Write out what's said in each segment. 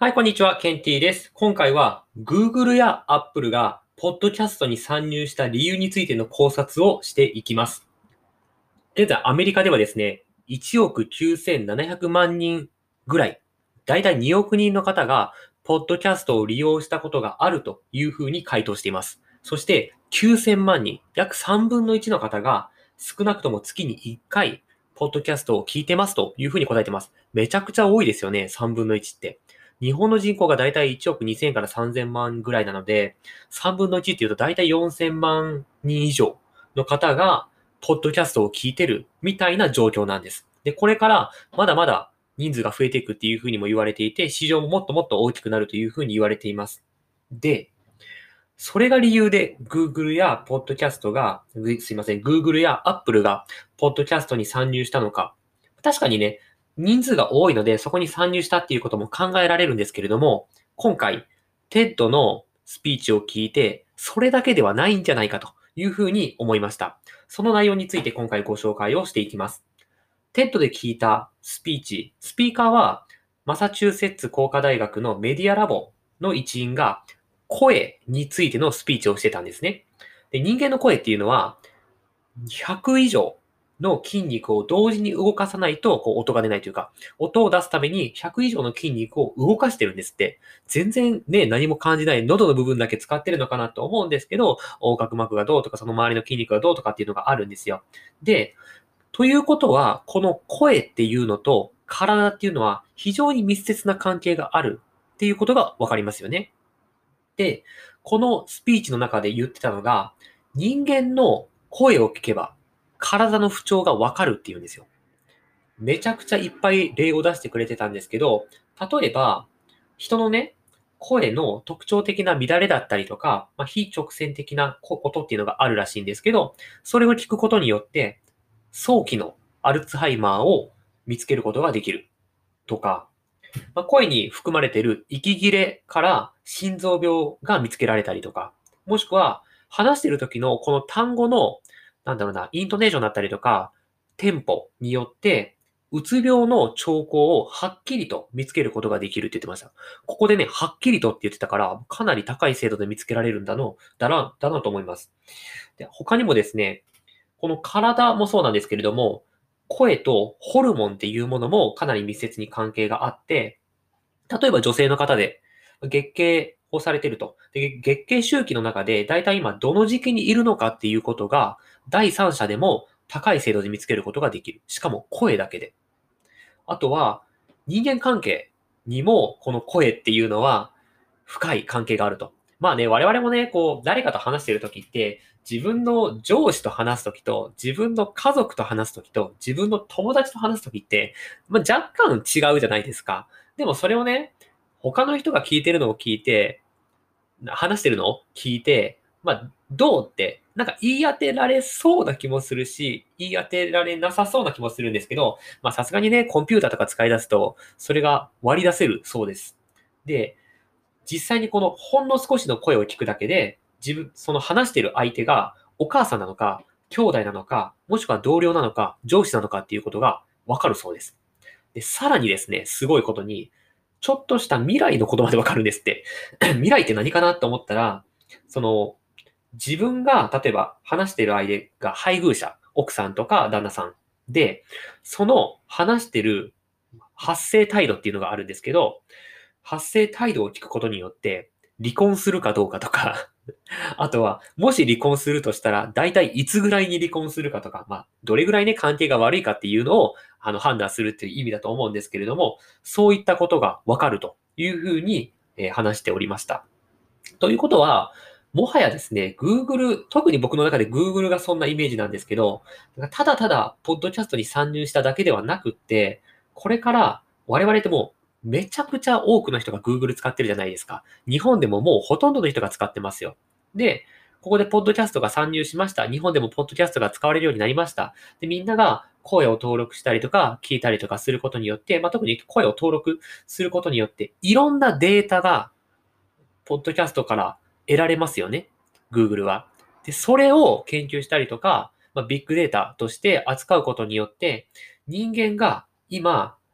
はい、こんにちは。ケンティーです。今回は Google や Apple がポッドキャストに参入した理由についての考察をしていきます。現在、アメリカではですね、1億9700万人ぐらい、だいたい2億人の方が、ポッドキャストを利用したことがあるというふうに回答しています。そして、9000万人、約3分の1の方が、少なくとも月に1回、ポッドキャストを聞いてますというふうに答えています。めちゃくちゃ多いですよね、3分の1って。日本の人口がだいたい1億2000から3000万ぐらいなので、3分の1っていうとだいたい4000万人以上の方が、ポッドキャストを聞いてるみたいな状況なんです。で、これからまだまだ人数が増えていくっていうふうにも言われていて、市場ももっともっと大きくなるというふうに言われています。で、それが理由で Google やポッドキャストが、すいません、Google や Apple がポッドキャストに参入したのか。確かにね、人数が多いのでそこに参入したっていうことも考えられるんですけれども、今回、TED のスピーチを聞いて、それだけではないんじゃないかというふうに思いました。その内容について今回ご紹介をしていきます。TED で聞いたスピーチ、スピーカーは、マサチューセッツ工科大学のメディアラボの一員が、声についてのスピーチをしてたんですね。で、人間の声っていうのは、100以上の筋肉を同時に動かさないと、音が出ないというか、音を出すために100以上の筋肉を動かしてるんですって。全然ね、何も感じない、喉の部分だけ使ってるのかなと思うんですけど、横隔膜がどうとか、その周りの筋肉がどうとかっていうのがあるんですよ。で、ということは、この声っていうのと体っていうのは非常に密接な関係があるっていうことがわかりますよね。で、このスピーチの中で言ってたのが、人間の声を聞けば体の不調がわかるっていうんですよ。めちゃくちゃいっぱい例を出してくれてたんですけど、例えば、人のね、声の特徴的な乱れだったりとか、非直線的な音っていうのがあるらしいんですけど、それを聞くことによって、早期のアルツハイマーを見つけることができるとか、声に含まれている息切れから心臓病が見つけられたりとか、もしくは話している時のこの単語の、イントネーションだったりとか、テンポによって、うつ病の兆候をはっきりと見つけることができるって言ってました。ここでね、はっきりとって言ってたから、かなり高い精度で見つけられるんだなと思います。で、他にもですね、この体もそうなんですけれども、声とホルモンっていうものもかなり密接に関係があって、例えば女性の方で月経をされていると。で、月経周期の中で、だいたい今どの時期にいるのかっていうことが、第三者でも高い精度で見つけることができる。しかも声だけで。あとは、人間関係にも、この声っていうのは、深い関係があると。まあね、我々もね、誰かと話しているときって、自分の上司と話すときと、自分の家族と話すときと、自分の友達と話すときって、若干違うじゃないですか。でもそれをね、他の人が聞いてるのを聞いて、話してるのを聞いて、どうって、言い当てられそうな気もするし、言い当てられなさそうな気もするんですけど、さすがにね、コンピューターとか使い出すと、それが割り出せるそうです。で、実際にこのほんの少しの声を聞くだけで、その話している相手がお母さんなのか、兄弟なのか、もしくは同僚なのか、上司なのかっていうことがわかるそうです。で、さらにですね、すごいことに、ちょっとした未来のことまでわかるんですって。未来って何かなと思ったら、その、自分が、例えば話している相手が配偶者、奥さんとか旦那さんで、その話してる発声態度っていうのがあるんですけど、発声態度を聞くことによって、離婚するかどうかとかあとは、もし離婚するとしたら、大体いつぐらいに離婚するかとか、どれぐらいね、関係が悪いかっていうのを、判断するっていう意味だと思うんですけれども、そういったことがわかるというふうに、話しておりました。ということは、もはやですね、Google、特に僕の中で Google がそんなイメージなんですけど、ただただ、ポッドキャストに参入しただけではなくって、これから我々ってもう、めちゃくちゃ多くの人が Google 使ってるじゃないですか。日本でももうほとんどの人が使ってますよ。で、ここでポッドキャストが参入しました。日本でもポッドキャストが使われるようになりました。で、みんなが声を登録したりとか、聞いたりとかすることによって、特に声を登録することによって、いろんなデータがポッドキャストから得られますよね。Google は。で、それを研究したりとか、ビッグデータとして扱うことによって、人間が今、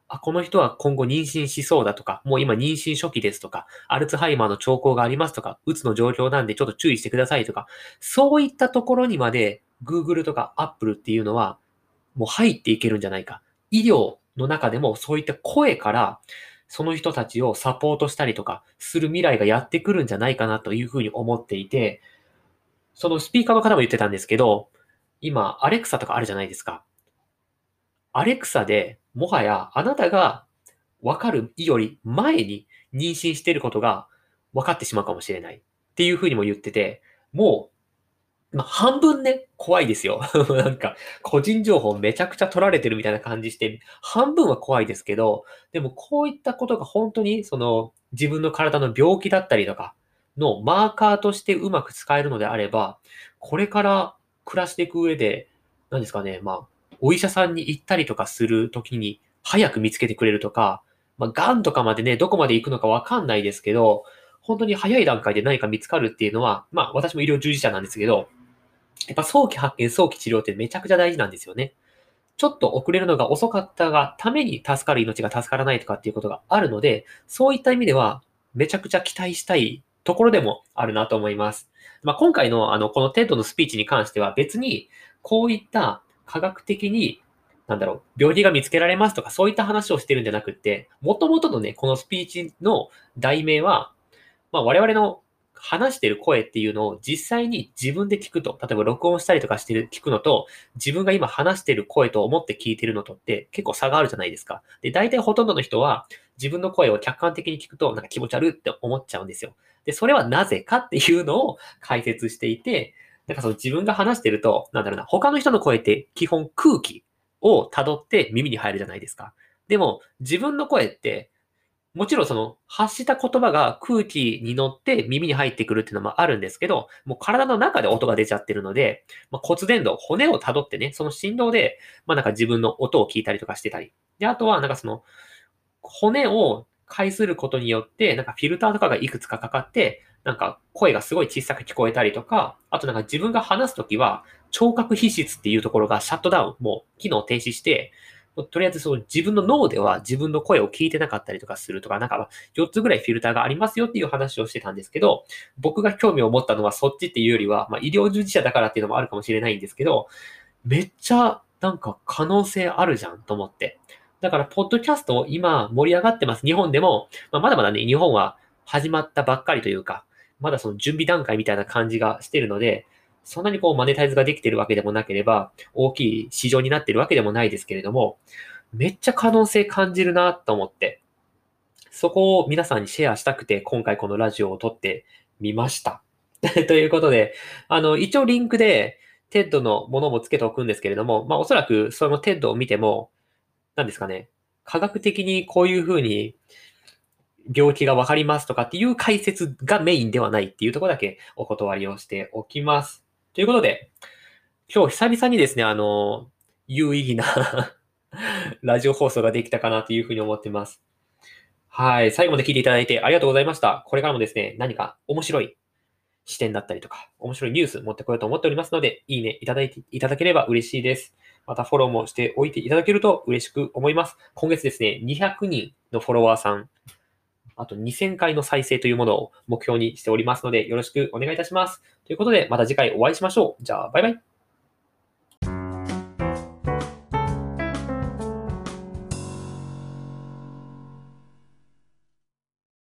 この人は今後妊娠しそうだとか、もう今妊娠初期ですとか、アルツハイマーの兆候がありますとか、うつの状況なんでちょっと注意してくださいとか、そういったところにまで Google とか Apple っていうのはもう入っていけるんじゃないか。医療の中でもそういった声からその人たちをサポートしたりとかする未来がやってくるんじゃないかなというふうに思っていて、そのスピーカーの方も言ってたんですけど、今、アレクサとかあるじゃないですか。アレクサでもはやあなたが分かるより前に妊娠していることが分かってしまうかもしれないっていうふうにも言ってて、も半分ね、怖いですよ。なんか、個人情報めちゃくちゃ取られてるみたいな感じして、半分は怖いですけど、でもこういったことが本当に、自分の体の病気だったりとかのマーカーとしてうまく使えるのであれば、これから暮らしていく上で、何ですかね、お医者さんに行ったりとかするときに早く見つけてくれるとか、癌とかまでね、どこまで行くのかわかんないですけど、本当に早い段階で何か見つかるっていうのは、私も医療従事者なんですけど、やっぱ早期発見、早期治療ってめちゃくちゃ大事なんですよね。ちょっと遅れるのが遅かったがために助かる命が助からないとかっていうことがあるので、そういった意味ではめちゃくちゃ期待したいところでもあるなと思います。今回のこのテッドのスピーチに関しては別にこういった科学的に病気が見つけられますとかそういった話をしてるんじゃなくって、もともとのね、このスピーチの題名は、我々の話してる声っていうのを実際に自分で聞くと、例えば録音したりとかしてる、聞くのと、自分が今話してる声と思って聞いてるのとって結構差があるじゃないですか。で、大体ほとんどの人は自分の声を客観的に聞くとなんか気持ち悪いって思っちゃうんですよ。で、それはなぜかっていうのを解説していて、その自分が話してると、他の人の声って基本空気を辿って耳に入るじゃないですか。でも、自分の声ってもちろんその発した言葉が空気に乗って耳に入ってくるっていうのもあるんですけど、もう体の中で音が出ちゃってるので、骨伝導、骨を辿ってね、その振動で、自分の音を聞いたりとかしてたり。で、あとは骨を介することによって、フィルターとかがいくつかかかって、声がすごい小さく聞こえたりとか、あと自分が話すときは、聴覚皮質っていうところがシャットダウン、もう機能停止して、とりあえずその自分の脳では自分の声を聞いてなかったりとかするとか、4つぐらいフィルターがありますよっていう話をしてたんですけど、僕が興味を持ったのはそっちっていうよりは、医療従事者だからっていうのもあるかもしれないんですけど、めっちゃ可能性あるじゃんと思って。だから、ポッドキャスト今盛り上がってます。日本でも、まだまだね、日本は始まったばっかりというか、まだその準備段階みたいな感じがしてるので、そんなにマネタイズができてるわけでもなければ、大きい市場になってるわけでもないですけれども、めっちゃ可能性感じるなと思って、そこを皆さんにシェアしたくて、今回このラジオを撮ってみました。ということで、一応リンクで TED のものもつけておくんですけれども、おそらくその TED を見ても、何ですかね、科学的にこういうふうに病気がわかりますとかっていう解説がメインではないっていうところだけお断りをしておきます。ということで、今日久々にですね、有意義なラジオ放送ができたかなというふうに思ってます。はい。最後まで聞いていただいてありがとうございました。これからもですね、何か面白い視点だったりとか、面白いニュース持ってこようと思っておりますので、いいねいただいていただければ嬉しいです。またフォローもしておいていただけると嬉しく思います。今月ですね、200人のフォロワーさん、あと2000回の再生というものを目標にしておりますので、よろしくお願いいたします。ということで、また次回お会いしましょう。じゃあ、バイバイ。